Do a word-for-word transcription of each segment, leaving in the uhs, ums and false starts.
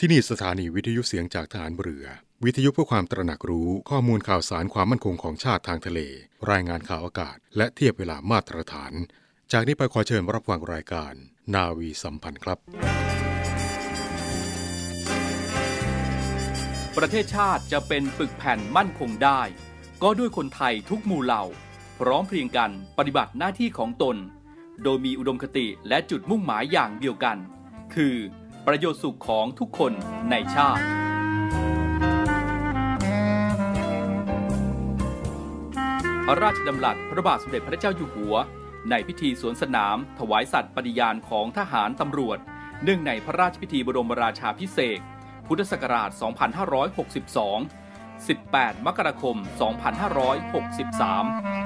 ที่นี่สถานีวิทยุเสียงจากทหารเรือวิทยุเพื่อความตระหนักรู้ข้อมูลข่าวสารความมั่นคงของชาติทางทะเลรายงานข่าวอากาศและเทียบเวลามาตรฐานจากนี้ไปขอเชิญรับฟังรายการนาวีสัมพันธ์ครับประเทศชาติจะเป็นปึกแผ่นมั่นคงได้ก็ด้วยคนไทยทุกหมู่เหล่าพร้อมเพรียงกันปฏิบัติหน้าที่ของตนโดยมีอุดมคติและจุดมุ่งหมายอย่างเดียวกันคือประโยชน์สุขของทุกคนในชาติพระราชดำรัสพระบาทสมเด็จพระเจ้าอยู่หัวในพิธีสวนสนามถวายสัตย์ปฏิญาณของทหารตำรวจเนื่องในพระราชพิธีบรมราชาภิเษกพุทธศักราช สองพันห้าร้อยหกสิบสอง สิบแปด มกราคม สองพันห้าร้อยหกสิบสาม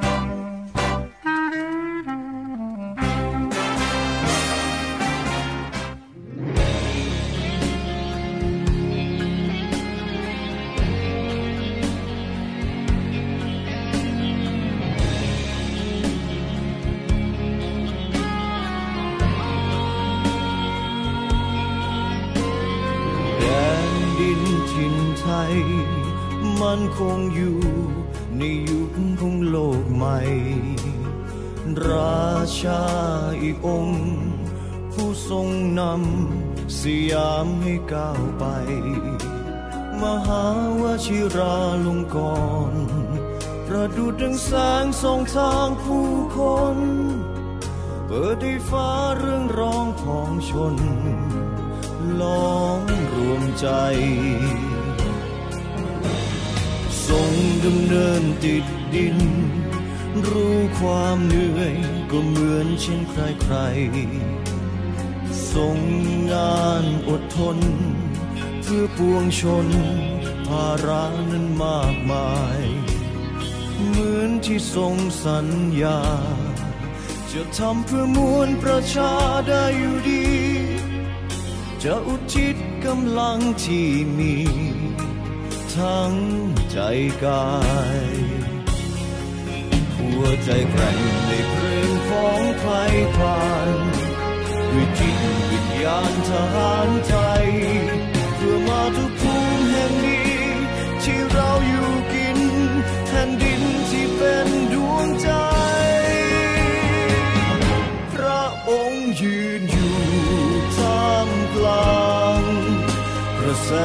มันคงอยู่ในยุคของโลกใหม่ราชาอีกองค์ผู้ทรงนำสยามให้ก้าวไปมหาวชิราลงกรณ์ประดุจดังแสงส่องทางผู้คนเปิดให้ฟ้าเรื่องร้องของชนล้อมรวมใจทรงดำเนินติดดินรู้ความเหนื่อยก็เหมือนเช่นใครๆทรงงานอดทนเพื่อปวงชนภาระนั้นมากมายเหมือนที่ทรงสัญญาจะทำเพื่อมวลประชาได้อยู่ดีจะอุทิศกำลังที่มีทั้งใจกายหัวใจแกร่งในเพลงของใครผ่านด้วยจิตวิญญาณทหารไทยเพื่อมาทุกภูมิแห่งนี้ที่เราอยู่กินแผ่นดินที่เป็นดวงใจพระองค์ยืนอยู่ท่ามกลางกระแส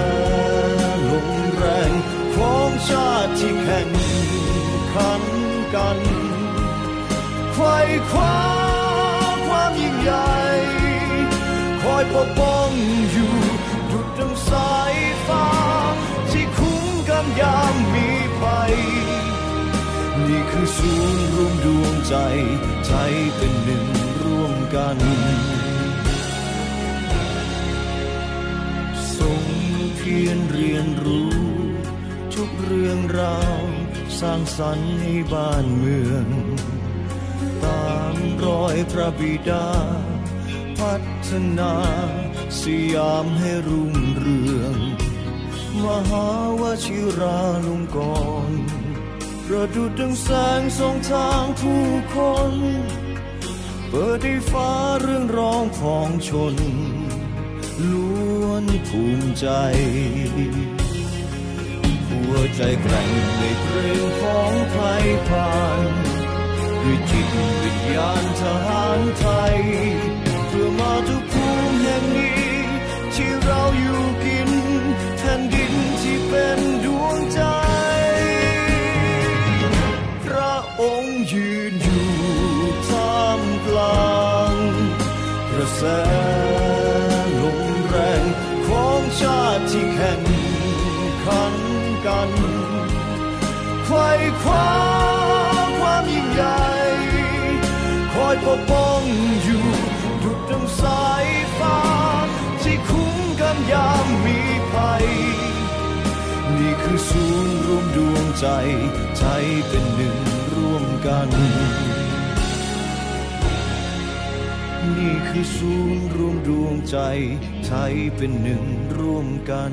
ของชาติที่แข่งขันกันไขว่คว้าความยิ่งใหญ่คอยปกป้องอยู่ดุจดังสายฟ้าที่คุ้มกันยามมีภัยนี่คือศูนย์รวมดวงใจใจเป็นหนึ่งร่วมกันทรงเพียรเรียนรู้ทุกเรื่องราวสร้างสรรค์ให้บ้านเมืองตามรอยพระบิดาพัฒนาสยามให้รุ่งเรืองมหาวชิราลงกรณ์ประดุจดังแสงส่องทางผู้คนเปิดให้ฟ้าเรื่องร้องของชนล้วนภูมิใจหัวใจแกร่งในเพลงของใครผ่านด้วยจิตวิญญาณทหารไทยเพื่อมาทุกภูมิแห่งนี้ที่เราอยู่กินแผ่นดินที่เป็นดวงใจพระองค์ยืนอยู่ท่ามกลางกระแสลมแรงของชาติที่แข่งขันกันไขว่คว้าความยิ่งใหญ่คอยปกป้องอยู่ดุจดังสายฟ้าที่คุ้มกันยามมีภัยนี่คือศูนย์รวมดวงใจใจเป็นหนึ่งร่วมกันนี่คือศูนย์รวมดวงใจใจเป็นหนึ่งร่วมกัน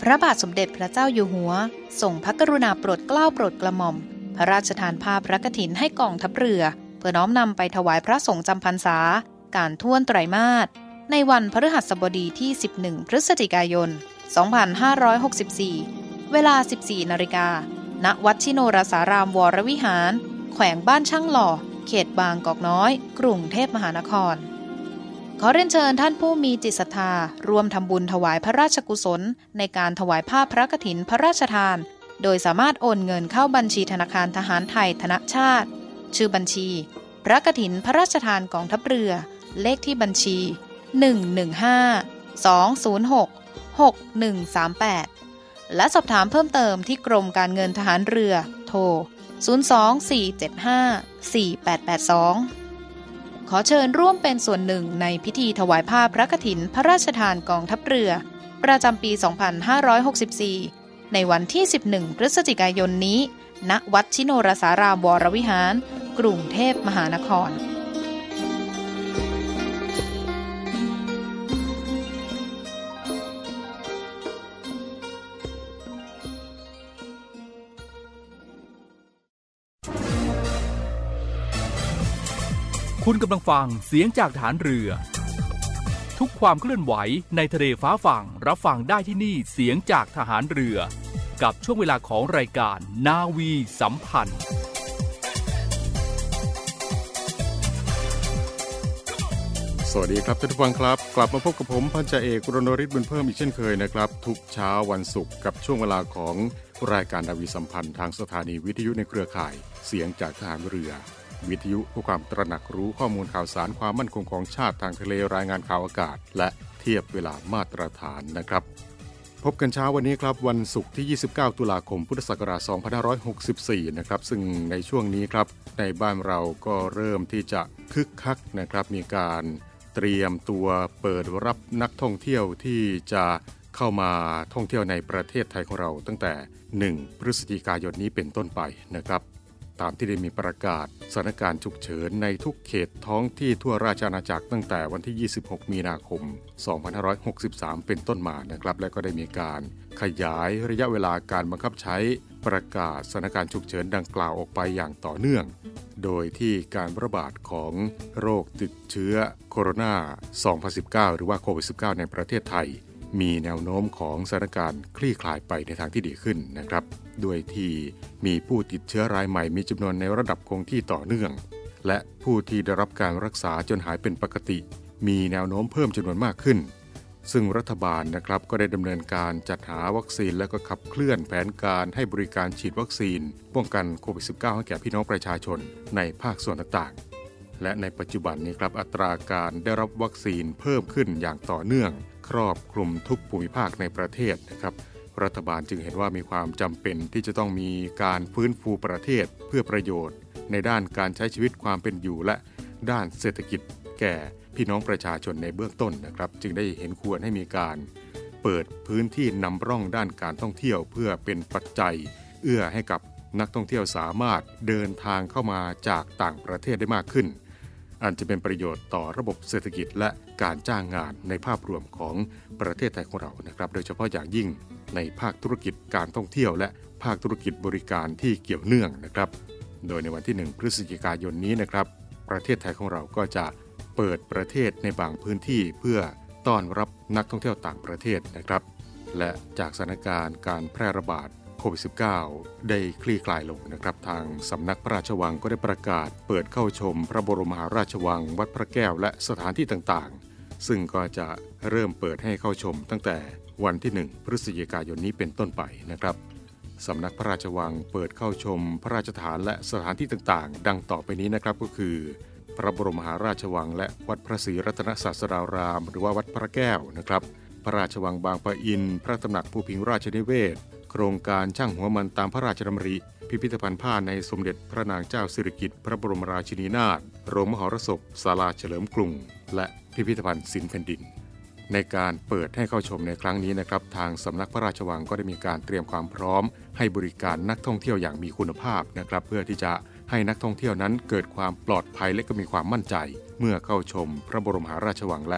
ระบาทสมเด็จพระเจ้าอยู่หัวทรงพระกรุณาโปรดเกล้าโปรดกระหม่อมพระราชทานผ้าพระกฐินให้กองทัพเรือเพื่อน้อมนำไปถวายพระสงฆ์จำพรรษาการท่วนไตรมาสในวันพฤหัสบดีที่สิบเอ็ดพฤศจิกายนสองพันห้าร้อยหกสิบสี่เวลา สิบสี่นาฬิกา ณ วัดชิโนรสารามวรวิหารแขวงบ้านช่างหล่อเขตบางกอกน้อยกรุงเทพมหานครขอเรียนเชิญท่านผู้มีจิตศรัทธารวมทำบุญถวายพระราชกุศลในการถวายผ้าพระกฐินพระราชทานโดยสามารถโอนเงินเข้าบัญชีธนาคารทหารไทยธนชาติชื่อบัญชีพระกฐินพระราชทานกองทัพเรือเลขที่บัญชีหนึ่ง หนึ่ง ห้า สอง ศูนย์ หก หก หนึ่ง สาม แปดและสอบถามเพิ่มเติมที่กรมการเงินทหารเรือโทรศูนย์ สอง สี่ เจ็ด ห้า สี่ แปด แปด สองขอเชิญร่วมเป็นส่วนหนึ่งในพิธีถวายผ้าพระกฐินพระราชทานกองทัพเรือประจำปี สองพันห้าร้อยหกสิบสี่ ในวันที่ สิบเอ็ด พฤศจิกายนนี้ณ วัดชิโนรสารามวรวิหารกรุงเทพมหานครคุณกำลังฟังเสียงจากฐานเรือทุกความเคลื่อนไหวในทะเลฟ้าฝั่งรับฟังได้ที่นี่เสียงจากทหารเรือกับช่วงเวลาของรายการนาวีสัมพันธ์สวัสดีครับท่านผู้ฟังครับกลับมาพบกับผมพันจ่าเอกรณฤทธิ์บุญเพิ่มอีกเช่นเคยนะครับทุกเช้าวันศุกร์กับช่วงเวลาของรายการนาวีสัมพันธ์ทางสถานีวิทยุในเครือข่ายเสียงจากทหารเรือวิทยุเพื่อความตระหนักรู้ข้อมูลข่าวสารความมั่นคงของชาติทางทะเลรายงานข่าวอากาศและเทียบเวลามาตรฐานนะครับพบกันเช้าวันนี้ครับวันศุกร์ที่ยี่สิบเก้าตุลาคมพุทธศักราชสองพันห้าร้อยหกสิบสี่นะครับซึ่งในช่วงนี้ครับในบ้านเราก็เริ่มที่จะคึกคักนะครับมีการเตรียมตัวเปิดรับนักท่องเที่ยวที่จะเข้ามาท่องเที่ยวในประเทศไทยของเราตั้งแต่หนึ่งพฤศจิกายนนี้เป็นต้นไปนะครับตามที่ได้มีประกาศสถานการณ์ฉุกเฉินในทุกเขตท้องที่ทั่วราชอาณาจักรตั้งแต่วันที่ยี่สิบหกมีนาคมสองพันห้าร้อยหกสิบสามเป็นต้นมานะครับและก็ได้มีการขยายระยะเวลาการบังคับใช้ประกาศสถานการณ์ฉุกเฉินดังกล่าวออกไปอย่างต่อเนื่องโดยที่การระบาดของโรคติดเชื้อโคโรนาสองพันสิบเก้าหรือว่าโควิด สิบเก้า ในประเทศไทยมีแนวโน้มของสถานการณ์คลี่คลายไปในทางที่ดีขึ้นนะครับด้วยที่มีผู้ติดเชื้อรายใหม่มีจำนวนในระดับคงที่ต่อเนื่องและผู้ที่ได้รับการรักษาจนหายเป็นปกติมีแนวโน้มเพิ่มจำนวนมากขึ้นซึ่งรัฐบาลนะครับก็ได้ดำเนินการจัดหาวัคซีนและก็ขับเคลื่อนแผนการให้บริการฉีดวัคซีนป้องกันโควิด สิบเก้า ให้แก่พี่น้องประชาชนในภาคส่วนต่างๆและในปัจจุบันนี้ครับอัตราการได้รับวัคซีนเพิ่มขึ้นอย่างต่อเนื่องครอบคลุมทุกภูมิภาคในประเทศนะครับรัฐบาลจึงเห็นว่ามีความจำเป็นที่จะต้องมีการฟื้นฟูประเทศเพื่อประโยชน์ในด้านการใช้ชีวิตความเป็นอยู่และด้านเศรษฐกิจแก่พี่น้องประชาชนในเบื้องต้นนะครับจึงได้เห็นควรให้มีการเปิดพื้นที่นำร่องด้านการท่องเที่ยวเพื่อเป็นปัจจัยเอื้อให้กับนักท่องเที่ยวสามารถเดินทางเข้ามาจากต่างประเทศได้มากขึ้นอันจะเป็นประโยชน์ต่อระบบเศรษฐกิจและการจ้างงานในภาพรวมของประเทศไทยของเรานะครับโดยเฉพาะอย่างยิ่งในภาคธุรกิจการท่องเที่ยวและภาคธุรกิจบริการที่เกี่ยวเนื่องนะครับโดยในวันที่หนึ่งพฤศจิกายนนี้นะครับประเทศไทยของเราก็จะเปิดประเทศในบางพื้นที่เพื่อต้อนรับนักท่องเที่ยวต่างประเทศนะครับและจากสถานการณ์การแพร่ระบาดโควิด สิบเก้า ได้คลี่คลายลงนะครับทางสำนักพระราชวังก็ได้ประกาศเปิดเข้าชมพระบรมมหาราชวังวัดพระแก้วและสถานที่ต่างๆซึ่งก็จะเริ่มเปิดให้เข้าชมตั้งแต่วันที่หนึ่งพฤศจิกายนนี้เป็นต้นไปนะครับสำนักพระราชวังเปิดเข้าชมพระราชฐานและสถานที่ต่างๆดังต่อไปนี้นะครับก็คือพระบรมมหาราชวังและวัดพระศรีรัตนศาสดารามหรือว่าวัดพระแก้วนะครับพระราชวังบางปะอินพระตำหนักภูพิงราชนิเวศโครงการช่างหัวมันตามพระราชดำริพิพิธภัณฑ์ผ้าในสมเด็จพระนางเจ้าสิริกิติ์พระบรมราชินีนาถโรงมหรสพศาลาเฉลิมกรุงและพิพิธภัณฑ์ศิลป์แผ่นดินในการเปิดให้เข้าชมในครั้งนี้นะครับทางสำนักพระราชวังก็ได้มีการเตรียมความพร้อมให้บริการนักท่องเที่ยวอย่างมีคุณภาพนะครับเพื่อที่จะให้นักท่องเที่ยวนั้นเกิดความปลอดภัยและก็มีความมั่นใจเมื่อเข้าชมพระบรมมหาราชวังและ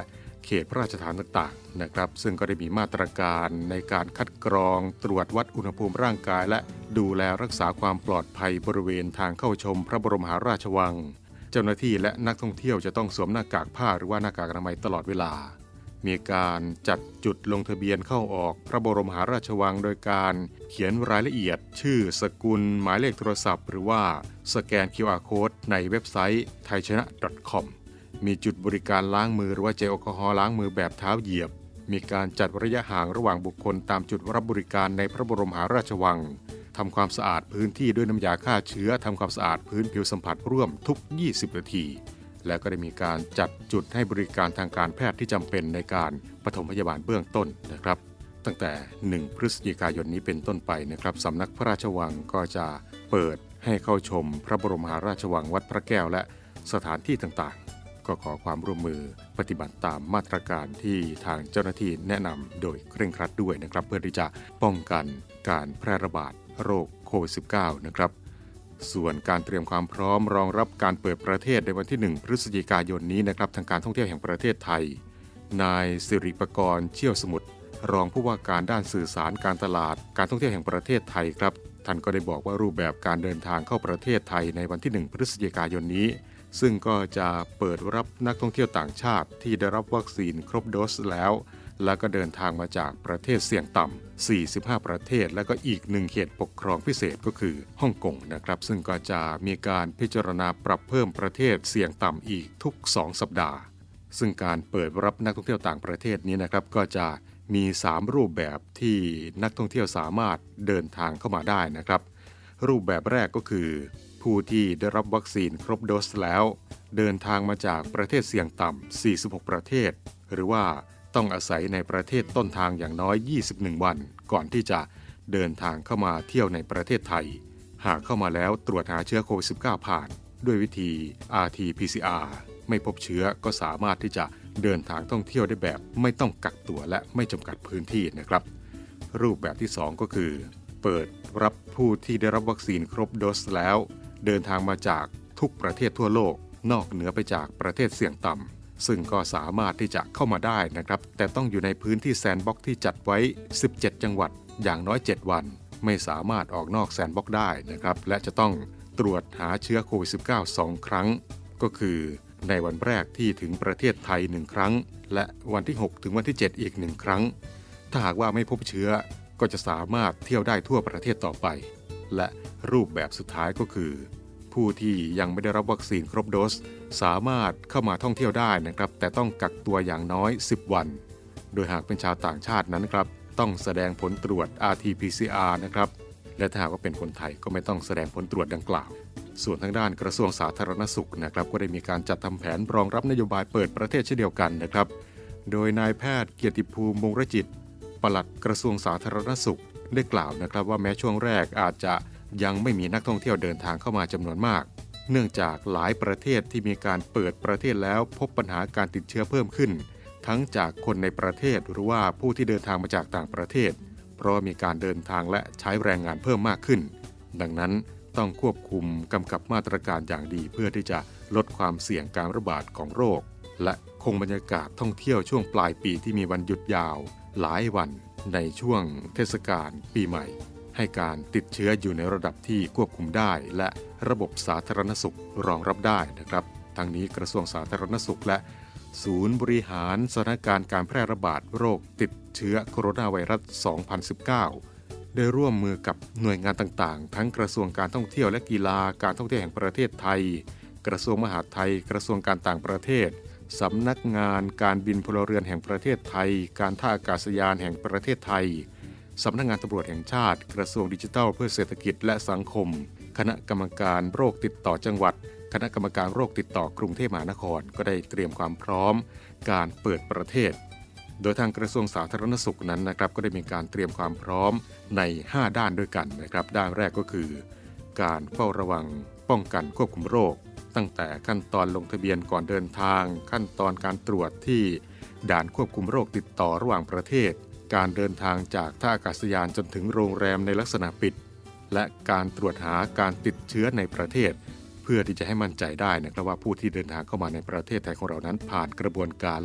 เขตพระราชฐานต่างๆนะครับซึ่งก็ได้มีมาตรการในการคัดกรองตรวจวัดอุณหภูมิร่างกายและดูแลรักษาความปลอดภัยบริเวณทางเข้าชมพระบรมมหาราชวังเจ้าหน้าที่และนักท่องเที่ยวจะต้องสวมหน้ากากผ้าหรือว่าหน้ากากอนามัยตลอดเวลามีการจัดจุดลงทะเบียนเข้าออกพระบรมมหาราชวังโดยการเขียนรายละเอียดชื่อสกุลหมายเลขโทรศัพท์หรือว่าสแกน คิว อาร์ Code ในเว็บไซต์ ไทยชนะ ดอท คอม มีจุดบริการล้างมือหรือว่าเจลแอลกอฮอล์ล้างมือแบบเท้าเหยียบมีการจัดระยะห่างระหว่างบุคคลตามจุดรับบริการในพระบรมมหาราชวังทำความสะอาดพื้นที่ด้วยน้ำยาฆ่าเชื้อทำความสะอาดพื้นผิวสัมผัสร่วมทุกยี่สิบนาทีและก็ได้มีการจัดจุดให้บริการทางการแพทย์ที่จำเป็นในการปฐมพยาบาลเบื้องต้นนะครับตั้งแต่หนึ่งพฤศจิกายนนี้เป็นต้นไปนะครับสำนักพระราชวังก็จะเปิดให้เข้าชมพระบรมมหาราชวังวัดพระแก้วและสถานที่ต่างๆก็ขอความร่วมมือปฏิบัติตามมาตรการที่ทางเจ้าหน้าที่แนะนำโดยเคร่งครัดด้วยนะครับเพื่อที่จะป้องกันการแพร่ระบาดโรคโควิด สิบเก้า นะครับส่วนการเตรียมความพร้อมรองรับการเปิดประเทศในวันที่หนึ่งพฤศจิกายนนี้นะครับทางการท่องเที่ยวแห่งประเทศไทยนายสิริปกรณ์เชี่ยวสมุทรรองผู้ว่าการด้านสื่อสารการตลาดการท่องเที่ยวแห่งประเทศไทยครับท่านก็ได้บอกว่ารูปแบบการเดินทางเข้าประเทศไทยในวันที่หนึ่งพฤศจิกายนนี้ซึ่งก็จะเปิดรับนักท่องเที่ยวต่างชาติที่ได้รับวัคซีนครบโดสแล้วแล้วก็เดินทางมาจากประเทศเสี่ยงต่ำสี่สิบห้าประเทศและก็อีกหนึ่งเขตปกครองพิเศษก็คือฮ่องกงนะครับซึ่งก็จะมีการพิจารณาปรับเพิ่มประเทศเสี่ยงต่ำอีกทุกสองสัปดาห์ซึ่งการเปิดรับนักท่องเที่ยวต่างประเทศนี้นะครับก็จะมีสามรูปแบบที่นักท่องเที่ยวสามารถเดินทางเข้ามาได้นะครับรูปแบบแรกก็คือผู้ที่ได้รับวัคซีนครบโดสแล้วเดินทางมาจากประเทศเสี่ยงต่ำสี่สิบหกประเทศหรือว่าต้องอาศัยในประเทศต้นทางอย่างน้อยยี่สิบเอ็ดวันก่อนที่จะเดินทางเข้ามาเที่ยวในประเทศไทยหากเข้ามาแล้วตรวจหาเชื้อโควิด สิบเก้า ผ่านด้วยวิธี อาร์ ที พี ซี อาร์ ไม่พบเชื้อก็สามารถที่จะเดินทางท่องเที่ยวได้แบบไม่ต้องกักตัวและไม่จำกัดพื้นที่นะครับรูปแบบที่สองก็คือเปิดรับผู้ที่ได้รับวัคซีนครบโดสแล้วเดินทางมาจากทุกประเทศทั่วโลกนอกเหนือไปจากประเทศเสี่ยงต่ำซึ่งก็สามารถที่จะเข้ามาได้นะครับแต่ต้องอยู่ในพื้นที่แซนด์บ็อกซ์ที่จัดไว้สิบเจ็ดจังหวัดอย่างน้อยเจ็ดวันไม่สามารถออกนอกแซนด์บ็อกซ์ได้นะครับและจะต้องตรวจหาเชื้อโควิด สิบเก้า สองครั้งก็คือในวันแรกที่ถึงประเทศไทยหนึ่งครั้งและวันที่หกถึงวันที่เจ็ดอีกหนึ่งครั้งถ้าหากว่าไม่พบเชื้อก็จะสามารถเที่ยวได้ทั่วประเทศต่อไปและรูปแบบสุดท้ายก็คือผู้ที่ยังไม่ได้รับวัคซีนครบโดสสามารถเข้ามาท่องเที่ยวได้นะครับแต่ต้องกักตัวอย่างน้อยสิบวันโดยหากเป็นชาวต่างชาตินั้นครับต้องแสดงผลตรวจ อาร์ ที พี ซี อาร์ นะครับและถ้าหากว่าเป็นคนไทยก็ไม่ต้องแสดงผลตรวจดังกล่าวส่วนทางด้านกระทรวงสาธารณสุขนะครับก็ได้มีการจัดทำแผนรองรับนโยบายเปิดประเทศเช่นเดียวกันนะครับโดยนายแพทย์เกียรติภูมิวงศ์รจิตปลัดกระทรวงสาธารณสุขได้กล่าวนะครับว่าแม้ช่วงแรกอาจจะยังไม่มีนักท่องเที่ยวเดินทางเข้ามาจำนวนมากเนื่องจากหลายประเทศที่มีการเปิดประเทศแล้วพบปัญหาการติดเชื้อเพิ่มขึ้นทั้งจากคนในประเทศหรือว่าผู้ที่เดินทางมาจากต่างประเทศเพราะมีการเดินทางและใช้แรงงานเพิ่มมากขึ้นดังนั้นต้องควบคุมกำกับมาตรการอย่างดีเพื่อที่จะลดความเสี่ยงการระบาดของโรคและคงบรรยากาศท่องเที่ยวช่วงปลายปีที่มีวันหยุดยาวหลายวันในช่วงเทศกาลปีใหม่ให้การติดเชื้ออยู่ในระดับที่ควบคุมได้และระบบสาธารณสุขรองรับได้นะครับทั้งนี้กระทรวงสาธารณสุขและศูนย์บริหารสถานการณ์การแพร่ระบาดโรคติดเชื้อโคโรนาไวรัส สองพันสิบเก้า ได้ร่วมมือกับหน่วยงานต่างๆทั้งกระทรวงการท่องเที่ยวและกีฬาการท่องเที่ยวแห่งประเทศไทยกระทรวงมหาดไทยกระทรวงการต่างประเทศสำนักงานการบินพลเรือนแห่งประเทศไทยการท่าอากาศยานแห่งประเทศไทยสำนักงานตำรวจแห่งชาติกระทรวงดิจิทัลเพื่อเศรษฐกิจและสังคมคณะกรรมการโรคติดต่อจังหวัดคณะกรรมการโรคติดต่อกรุงเทพมหานครก็ได้เตรียมความพร้อมการเปิดประเทศโดยทางกระทรวงสาธารณสุขนั้นนะครับก็ได้มีการเตรียมความพร้อมในห้าด้านด้วยกันนะครับด้านแรกก็คือการเฝ้าระวังป้องกันควบคุมโรคตั้งแต่ขั้นตอนลงทะเบียนก่อนเดินทางขั้นตอนการตรวจที่ด่านควบคุมโรคติดต่อระหว่างประเทศการเดินทางจากท่าอากาศยานจนถึงโรงแรมในลักษณะปิดและการตรวจหาการติดเชื้อในประเทศเพื่อที่จะให้มั่นใจได้นะครับว่าผู้ที่เดินทางเข้ามาในประเทศไทยของเรานั้นผ่านกระบวนการและ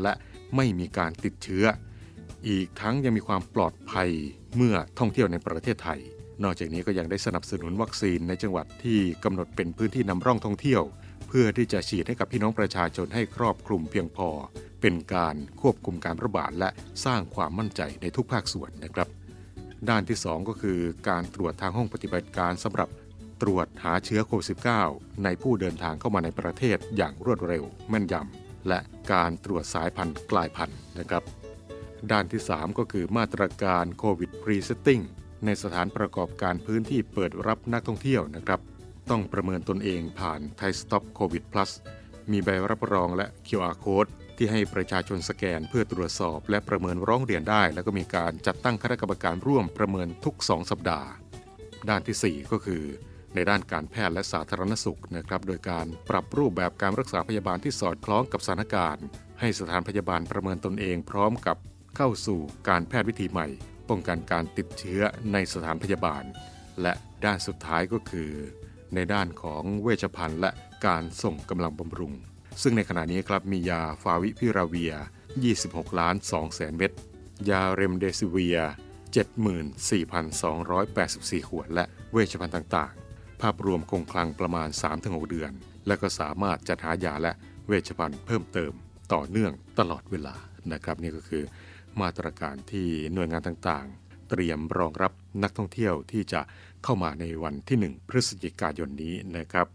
ไม่มีการติดเชื้ออีกทั้งยังมีความปลอดภัยเมื่อท่องเที่ยวในประเทศไทยนอกจากนี้ก็ยังได้สนับสนุนวัคซีนในจังหวัดที่กำหนดเป็นพื้นที่นำร่องท่องเที่ยวเพื่อที่จะฉีดให้กับพี่น้องประชาชนให้ครอบคลุมเพียงพอเป็นการควบคุมการระบาดและสร้างความมั่นใจในทุกภาคส่วนนะครับด้านที่สองก็คือการตรวจทางห้องปฏิบัติการสำหรับตรวจหาเชื้อโควิด สิบเก้า ในผู้เดินทางเข้ามาในประเทศอย่างรวดเร็วแม่นยำและการตรวจสายพันธุ์กลายพันธุ์นะครับด้านที่สามก็คือมาตรการโควิดพรีเซตติ้งในสถานประกอบการพื้นที่เปิดรับนักท่องเที่ยวนะครับต้องประเมินตนเองผ่าน Thai Stop COVID Plus มีใบรับรองและ คิว อาร์ Code ที่ให้ประชาชนสแกนเพื่อตรวจสอบและประเมินร้องเรียนได้แล้วก็มีการจัดตั้งคณะกรรมการร่วมประเมินทุกสองสัปดาห์ด้านที่สี่ก็คือในด้านการแพทย์และสาธารณสุขนะครับโดยการปรับรูปแบบการรักษาพยาบาลที่สอดคล้องกับสถานการณ์ให้สถานพยาบาลประเมินตนเองพร้อมกับเข้าสู่การแพทย์วิธีใหม่ป้องกันการติดเชื้อในสถานพยาบาลและด้านสุดท้ายก็คือในด้านของเวชภัณฑ์และการส่งกำลังบำรุงซึ่งในขณะนี้ครับมียาฟาวิพิราเวียยี่สิบหกล้านสองแสนเม็ดยาเรมเดซิเวีย เจ็ดหมื่นสี่พันสองร้อยแปดสิบสี่ ขวดและเวชภัณฑ์ต่างๆภาพรวมคงคลังประมาณ สามถึงหก เดือนและก็สามารถจัดหายาและเวชภัณฑ์เพิ่มเติมต่อเนื่องตลอดเวลานะครับนี่ก็คือมาตรการที่หน่วยงานต่างๆเตรียมรองรับนักท่องเที่ยวที่จะเข้ามาในวันที่หนึ่งพฤศจิกายนนี้นะครับ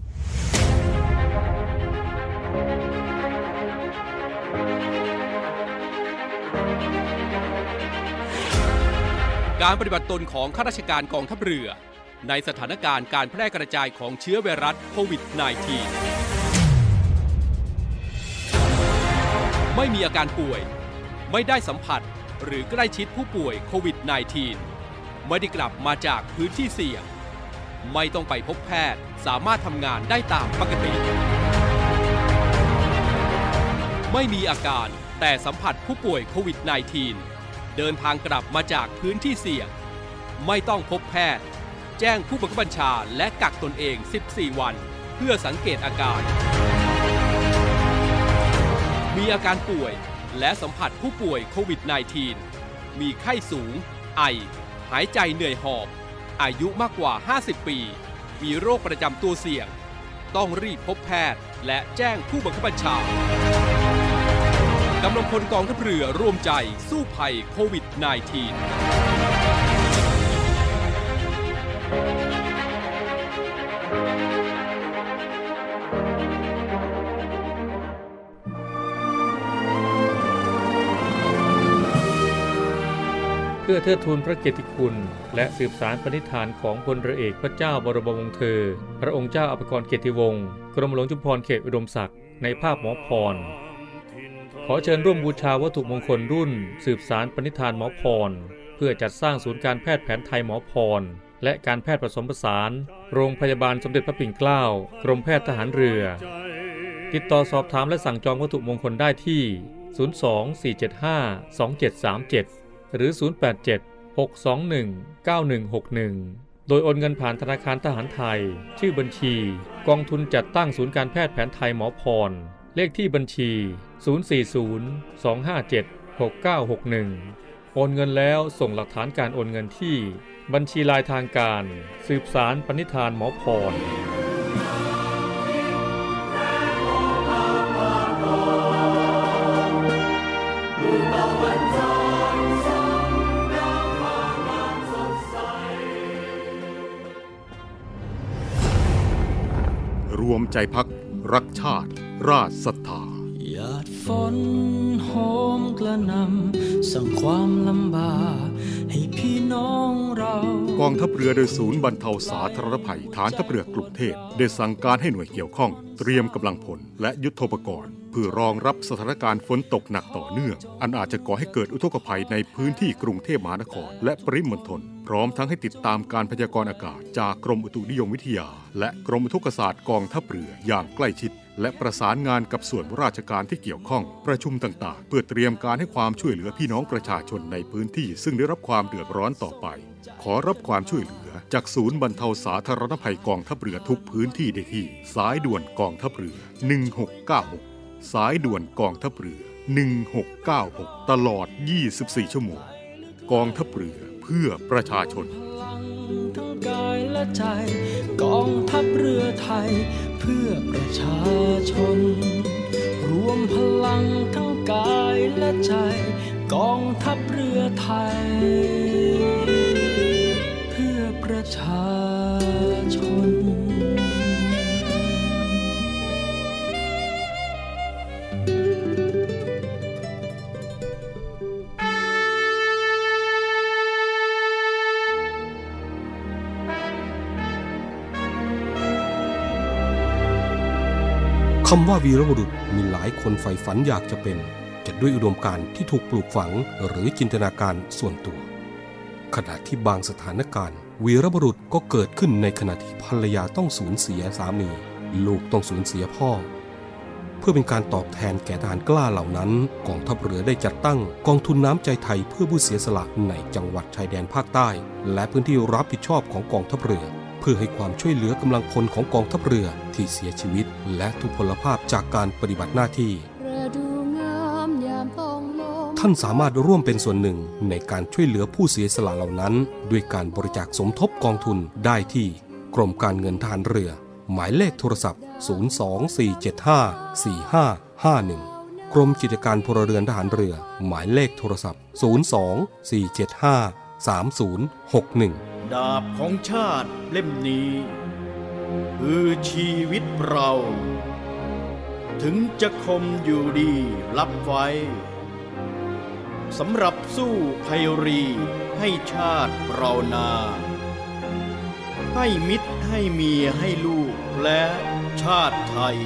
การปฏิบัติตนของข้าราชการกองทัพเรือในสถานการณ์การแพร่กระจายของเชื้อไวรัสโควิด สิบเก้า ไม่มีอาการป่วยไม่ได้สัมผัสหรือใกล้ชิดผู้ป่วยโควิด สิบเก้า ไม่ได้กลับมาจากพื้นที่เสี่ยงไม่ต้องไปพบแพทย์สามารถทำงานได้ตามปกติไม่มีอาการแต่สัมผัสผู้ป่วยโควิด สิบเก้า เดินทางกลับมาจากพื้นที่เสี่ยงไม่ต้องพบแพทย์แจ้งผู้บังคับบัญชาและกักตนเองสิบสี่วันเพื่อสังเกตอาการมีอาการป่วยและสัมผัสผู้ป่วยโควิด สิบเก้า มีไข้สูงไอหายใจเหนื่อยหอบอายุมากกว่าห้าสิบปีมีโรคประจำตัวเสี่ยงต้องรีบพบแพทย์และแจ้งผู้บังคับบัญชากำลังพลกองทัพเรือร่วมใจสู้ภัยโควิด สิบเก้าเพื่อเทิดทูนพระเกียรติคุณและสืบสานปณิธานของพลเรือเอกพระเจ้าบรมวงศ์เธอพระองค์เจ้าอภกรเกียรติวงศ์กรมหลวงชุมพรเขตอุดมศักดิ์ในภาพหมอพรขอเชิญร่วมบูชาวัตถุมงคลรุ่นสืบสานปณิธานหมอพรเพื่อจัดสร้างศูนย์การแพทย์แผนไทยหมอพรและการแพทย์ผสมผสานโรงพยาบาลสมเด็จพระปิ่นเกล้ากรมแพทย์ทหารเรือติดต่อสอบถามและสั่งจองวัตถุมงคลได้ที่ศูนย์ สอง สี่ เจ็ด ห้า สอง เจ็ด สาม เจ็ดหรือศูนย์ แปด เจ็ด หก สอง หนึ่ง เก้า หนึ่ง หก หนึ่งโดยโอนเงินผ่านธนาคารทหารไทยชื่อบัญชีกองทุนจัดตั้งศูนย์การแพทย์แผนไทยหมอพรเลขที่บัญชีศูนย์ สี่ ศูนย์ สอง ห้า เจ็ด หก เก้า หก หนึ่งโอนเงินแล้วส่งหลักฐานการโอนเงินที่บัญชีลายทางการสืบสารปณิธานหมอพรรวมใจพักรักชาติราชศรัทธาหยาดฝนโหมกระหน่ำสั่งความลำบากให้พี่น้องเรากองทัพเรือโดยศูนย์บรรเทาสาธารณภัยฐานทัพเรือกรุงเทพได้สั่งการให้หน่วยเกี่ยวข้องเตรียมกำลังพลและยุทโธปกรณ์เพื่อรองรับสถานการณ์ฝนตกหนักต่อเนื่องอันอาจจะก่อให้เกิดอุทกภัยในพื้นที่กรุงเทพมหานครและปริมณฑลพร้อมทั้งให้ติดตามการพยากรณ์อากาศจากกรมอุตุนิยมวิทยาและกรมอุทกศาสตร์กองทัพเรืออย่างใกล้ชิดและประสานงานกับส่วนราชการที่เกี่ยวข้องประชุมต่างๆเพื่อเตรียมการให้ความช่วยเหลือพี่น้องประชาชนในพื้นที่ซึ่งได้รับความเดือดร้อนต่อไปขอรับความช่วยเหลือจากศูนย์บรรเทาสาธารณภัยกองทัพเรือทุกพื้นที่ได้ที่สายด่วนกองทัพเรือหนึ่งหกเก้าหกสายด่วนกองทัพเรือหนึ่งหกเก้าหกตลอดยี่สิบสี่ชั่วโมงกองทัพเรือเพื่อประชาชนทั้งกายและใจกองทัพเรือไทยเพื่อประชาชนรวมพลังทั้งกายและใจกองทัพเรือไทยเพื่อประชาชนคำว่าวีรบุรุษมีหลายคนใฝ่ฝันอยากจะเป็นจะด้วยอุดมการณ์ที่ถูกปลูกฝังหรือจินตนาการส่วนตัวขณะที่บางสถานการณ์วีรบุรุษก็เกิดขึ้นในขณะที่ภรรยาต้องสูญเสียสามีลูกต้องสูญเสียพ่อเพื่อเป็นการตอบแทนแก่ทหารกล้าเหล่านั้นกองทัพเรือได้จัดตั้งกองทุนน้ำใจไทยเพื่อผู้เสียสละในจังหวัดชายแดนภาคใต้และพื้นที่รับผิดชอบของกองทัพเรือเพื่อให้ความช่วยเหลือกำลังพลของกองทัพเรือที่เสียชีวิตและทุพพลภาพจากการปฏิบัติหน้าที่ท่านสามารถร่วมเป็นส่วนหนึ่งในการช่วยเหลือผู้เสียสละเหล่านั้นด้วยการบริจาคสมทบกองทุนได้ที่กรมการเงินทหารเรือหมายเลขโทรศัพท์ศูนย์ สอง สี่ เจ็ด ห้า สี่ ห้า ห้า หนึ่งกรมกิจการพลเรือนทหารเรือหมายเลขโทรศัพท์ศูนย์ สอง สี่ เจ็ด ห้า สาม ศูนย์ หก หนึ่งดาบของชาติเล่มนี้คือชีวิตเราถึงจะคมอยู่ดีรับไว้สำหรับสู้ภัยรีให้ชาติเรานาให้มิตรให้เมียให้ลูกและชาติไทย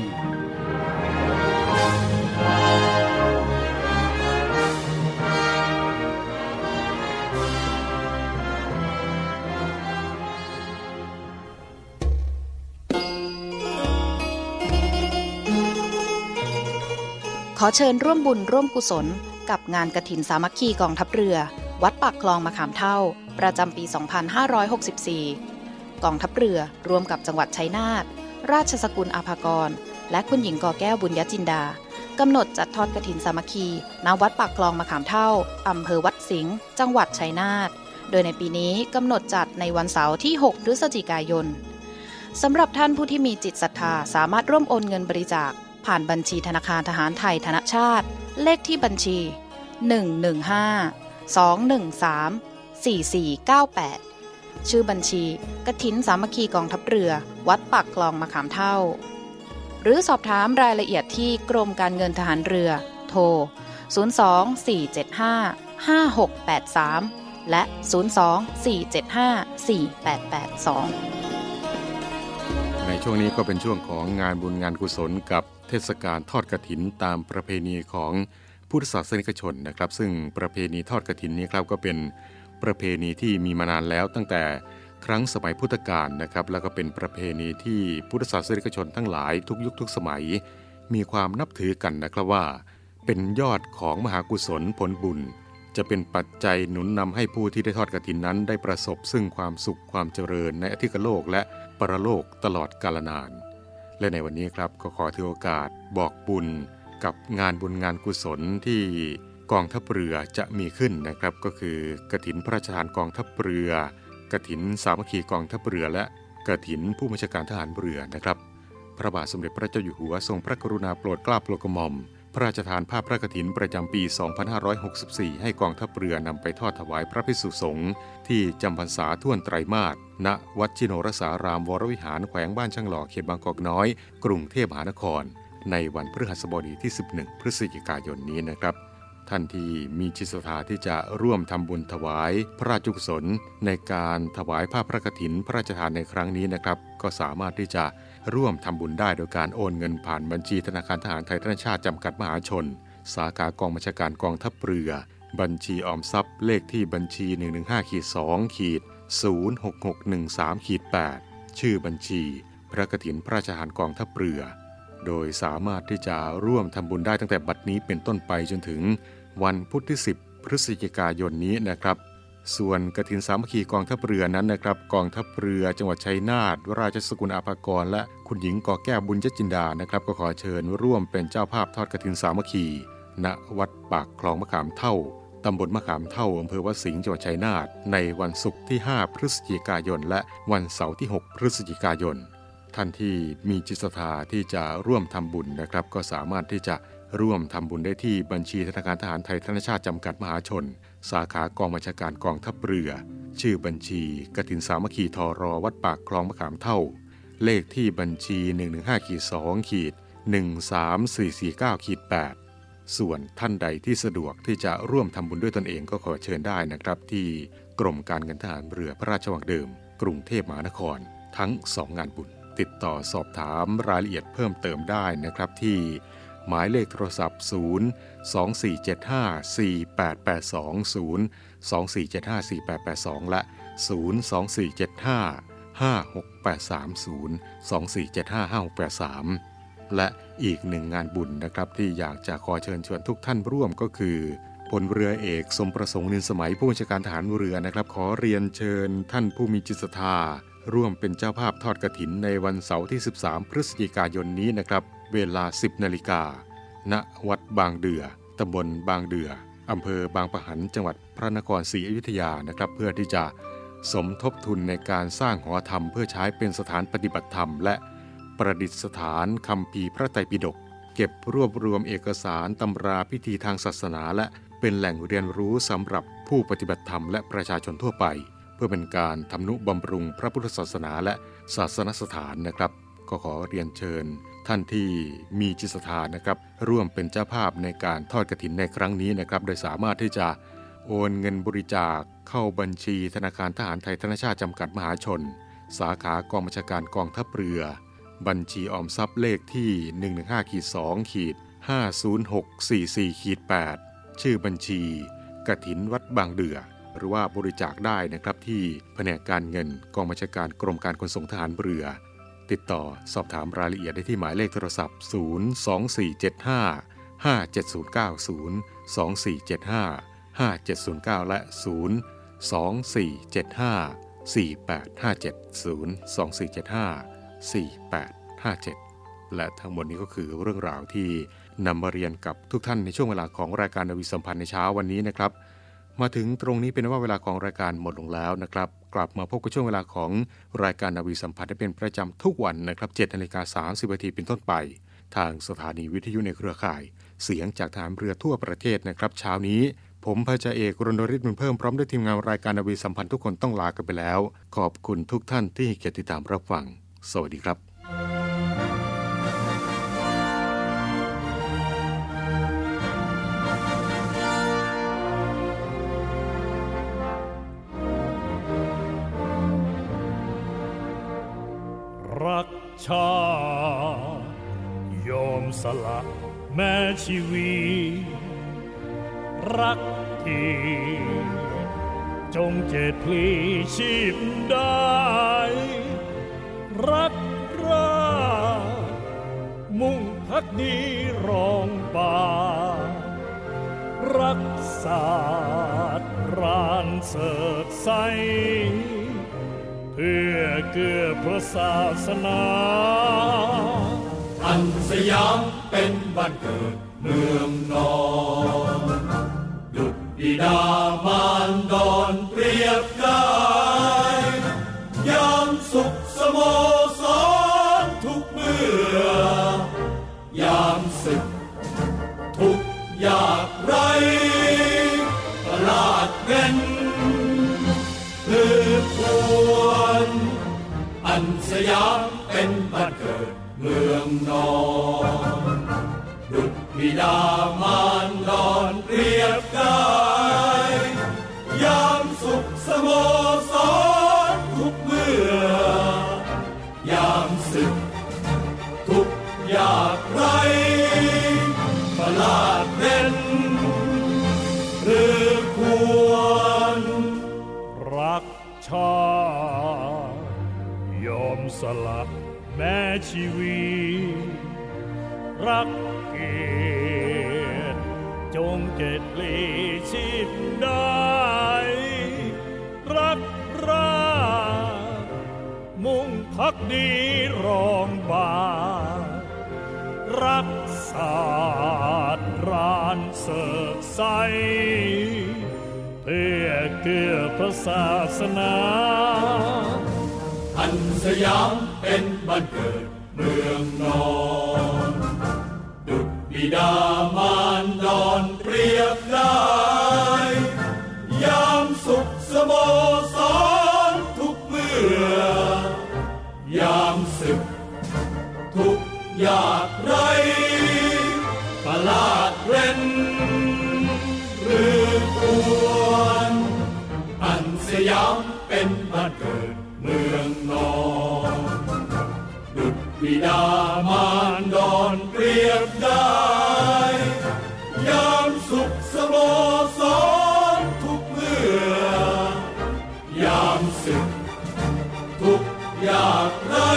ขอเชิญร่วมบุญร่วมกุศลกับงานกฐินสามัคคีกองทัพเรือวัดปากคลองมะขามเฒ่าประจำปี สองพันห้าร้อยหกสิบสี่ กองทัพเรือร่วมกับจังหวัดชัยนาทราชสกุลอาภากรและคุณหญิงกอแก้วบุญยจินดากำหนดจัดทอดกฐินสามัคคีณวัดปากคลองมะขามเฒ่าอำเภอวัดสิงห์จังหวัดชัยนาทโดยในปีนี้กำหนดจัดในวันเสาร์ที่หกพฤศจิกายนสำหรับท่านผู้ที่มีจิตศรัทธาสามารถร่วมโอนเงินบริจาคผ่านบัญชีธนาคารทหารไทยธนชาติเลขที่บัญชีหนึ่ง หนึ่ง ห้า สอง หนึ่ง สาม สี่ สี่ เก้า แปดชื่อบัญชีกฐินสามัคคีกองทัพเรือวัดปากคลองมะขามเฒ่าหรือสอบถามรายละเอียดที่กรมการเงินทหารเรือโทรศูนย์ สอง สี่ เจ็ด ห้า ห้า หก แปด สามและศูนย์ สอง สี่ เจ็ด ห้า สี่ แปด แปด สองในช่วงนี้ก็เป็นช่วงของงานบุญงานกุศลกับเทศกาลทอดกฐินตามประเพณีของพุทธศาสนิกชนนะครับซึ่งประเพณีทอดกฐินนี้ครับก็เป็นประเพณีที่มีมานานแล้วตั้งแต่ครั้งสมัยพุทธกาลนะครับแล้วก็เป็นประเพณีที่พุทธศาสนิกชนทั้งหลายทุกยุคทุกสมัยมีความนับถือกันนะครับว่าเป็นยอดของมหากุศลผลบุญจะเป็นปัจจัยหนุนนำให้ผู้ที่ได้ทอดกฐินนั้นได้ประสบซึ่งความสุขความเจริญในอธิกโลกและปรโลกตลอดกาลนานและในวันนี้ครับก็ขอถือโอกาสบอกบุญกับงานบุญงานกุศลที่กองทัพเรือจะมีขึ้นนะครับก็คือกฐินพระราชทานกองทัพเรือกฐินสามัคคีกองทัพเรือและกฐินผู้บัญชาการทหารเรือนะครับพระบาทสมเด็จพระเจ้าอยู่หัวทรงพระกรุณาโปรดเกล้าโปรดกระหม่อมพระราชทานผ้าพระกฐินประจำปี สองพันห้าร้อยหกสิบสี่ ให้กองทัพเรือนำไปทอดถวายพระภิกษุสงฆ์ที่จำพรรษาท่วนไตรมาสณวัดชิโนรสารามวรวิหารแขวงบ้านช่างหล่อเขตบางกอกน้อยกรุงเทพมหานครในวันพฤหัสบดีที่สิบเอ็ดพฤศจิกายนนี้นะครับท่านที่มีจิตศรัทธาที่จะร่วมทำบุญถวายพระราชกุศลในการถวายผ้าพระกฐินพระราชทานในครั้งนี้นะครับก็สามารถที่จะร่วมทำบุญได้โดยการโอนเงินผ่านบัญชีธนาคารทหารไทยธนชาติจำกัดมหาชนสาขากองบัญชาการกองทัพเรือบัญชีออมทรัพย์เลขที่บัญชี หนึ่ง หนึ่ง ห้า สอง ศูนย์ หก หก หนึ่ง สาม แปด ชื่อบัญชีพระกฐินพระราชทานกองทัพเรือโดยสามารถที่จะร่วมทำบุญได้ตั้งแต่บัดนี้เป็นต้นไปจนถึงวันพุธที่สิบพฤศจิกายนนี้นะครับส่วนกฐินสามัคคีกองทัพเรือนั้นนะครับกองทัพเรือจังหวัดชัยนาทราชสกุลอาภากรและคุณหญิงกอแก้วบุญยจินดานะครับก็ขอเชิญร่วมเป็นเจ้าภาพทอดกฐินสามัคคีณวัดปากคลองมะขามเท่าตำบลมะขามเท่าอำเภอวัดสิงห์จังหวัดชัยนาทในวันศุกร์ที่ห้าพฤศจิกายนและวันเสาร์ที่หกพฤศจิกายนท่านที่มีจิตศรัทธาที่จะร่วมทำบุญนะครับก็สามารถที่จะร่วมทำบุญได้ที่บัญชีธนาคารทหารไทยธนชาติจำกัดมหาชนสาขากองบัญชาการกองทัพเรือชื่อบัญชีกฐินสามัคคีทรวัดปากคลองมะขามเท่าเลขที่บัญชี หนึ่ง หนึ่ง ห้า สอง หนึ่ง สาม สี่ สี่ เก้า แปด ส่วนท่านใดที่สะดวกที่จะร่วมทำบุญด้วยตนเองก็ขอเชิญได้นะครับที่กรมการเงินทหารเรือพระราชวังเดิมกรุงเทพมหานครทั้งสองงานบุญติดต่อสอบถามรายละเอียดเพิ่มเติมได้นะครับที่หมายเลขโทรศัพท์ ศูนย์ สอง สี่ เจ็ด ห้า สี่ แปด แปด สอง ศูนย์ สอง สี่ เจ็ด ห้า สี่ แปด แปด สองและศูนย์ สอง สี่ เจ็ด ห้า ห้า หก แปด สาม ศูนย์ สอง สี่ เจ็ด ห้า ห้า หก แปด สามและอีกหนึ่งงานบุญนะครับที่อยากจะขอเชิญชวนทุกท่านร่วมก็คือพลเรือเอกสมประสงค์นินสมัยผู้บัญชาการทหารเรือนะครับขอเรียนเชิญท่านผู้มีจิตศรัทธาร่วมเป็นเจ้าภาพทอดกฐินในวันเสาร์ที่สิบสามพฤศจิกายนนี้นะครับเวลา สิบนาฬิกาณวัดบางเดือตำบลบางเดืออำเภอบางปะหันจังหวัดพระนครศรีอยุธยานะครับเพื่อที่จะสมทบทุนในการสร้างหอธรรมเพื่อใช้เป็นสถานปฏิบัติธรรมและประดิษฐานคัมภีร์พระไตรปิฎกเก็บรวบรวมเอกสารตำราพิธีทางศาสนาและเป็นแหล่งเรียนรู้สำหรับผู้ปฏิบัติธรรมและประชาชนทั่วไปเพื่อเป็นการทำนุบำรุงพระพุทธศาสนาและศาสนสถานนะครับก็ขอเรียนเชิญท่านที่มีจิตศรัทธานะครับร่วมเป็นเจ้าภาพในการทอดกฐินในครั้งนี้นะครับโดยสามารถที่จะโอนเงินบริจาคเข้าบัญชีธนาคารทหารไทยธนชาติจำกัดมหาชนสาขากองบัญชาการกองทัพเรือบัญชีออมทรัพย์เลขที่ หนึ่ง หนึ่ง ห้า สอง ห้า ศูนย์ หก สี่ สี่ แปด ชื่อบัญชีกฐินวัดบางเดือหรือว่าบริจาคได้นะครับที่แผนกการเงินกองบัญชาการกรมการขนส่งทหารเรือติดต่อสอบถามรายละเอียดได้ที่หมายเลขโทรศัพท์ ศูนย์ สอง สี่ เจ็ด ห้า ห้า เจ็ด ศูนย์ เก้า ศูนย์ สอง สี่ เจ็ด ห้า ห้า เจ็ด ศูนย์ เก้า และ ศูนย์ สอง สี่ เจ็ด ห้า สี่ แปด ห้า เจ็ด ศูนย์ สอง สี่ เจ็ด ห้า สี่ แปด ห้า เจ็ดและทั้งหมดนี้ก็คือเรื่องราวที่นำมาเรียนกับทุกท่านในช่วงเวลาของรายการนาวีสัมพันธ์ในเช้าวันนี้นะครับมาถึงตรงนี้เป็นว่าเวลาของรายการหมดลงแล้วนะครับกลับมาพบกับช่วงเวลาของรายการนาวีสัมพันธ์ได้เป็นประจำทุกวันนะครับเจ็ดนาฬิกาสามสิบนาทีเป็นต้นไปทางสถานีวิทยุในเครือข่ายเสียงจากทหารเรือทั่วประเทศนะครับเช้านี้ผมพัชเอกรณฤทธิ์บุญเพิ่มพร้อมด้วยทีมงานรายการนาวีสัมพันธ์ทุกคนต้องลากันไปแล้วขอบคุณทุกท่านที่เกียรติตามรับฟังสวัสดีครับรักชาติยอมสละแม้ชีวิตรักที่จงเจตพลีชีพได้รักรามุ่งพักดีรองป่ารักศาสตร์รานเสดใสเพื่อเกื้อพระศาสนาอันสยามเป็นบ้านเกิดเมืองนอนดุจบิดามารดอนเปรียบกายยามสุขสโมสรทุกเมื่อยามศึกทุกยากไรประหลาดเว้นหรือควรอันสยามเป็นบ้านเกิดเมืองนอนดุจบิดามารดอนเปรียบกายยามสุขสโมสรทุกเมื่อยามศึกทุกยากไรประหลาดเด่นหรือควรรักชาติยอมสละแม้ชีวิตรักเกียรติจงเกตลีชีพได้รักรามุ่งพักดีรองบารักศาสตร์รานเสกใสเพื่อเกื้อพระศาสนาอันสยามเป็นบ้านเกิดเมืองนอนดุจบิดามารดอนเปรียบได้ยามสุขสโมสรทุกเมื่อยามศึกทุกยากไรประหลาดเร้นหรือควรอันสยามเป็นบ้านเกิดเมืองนอนดุจบิดามารดอนเปรียบได้ยามสุขสโมสรทุกเมื่อยามศึกทุกยากไร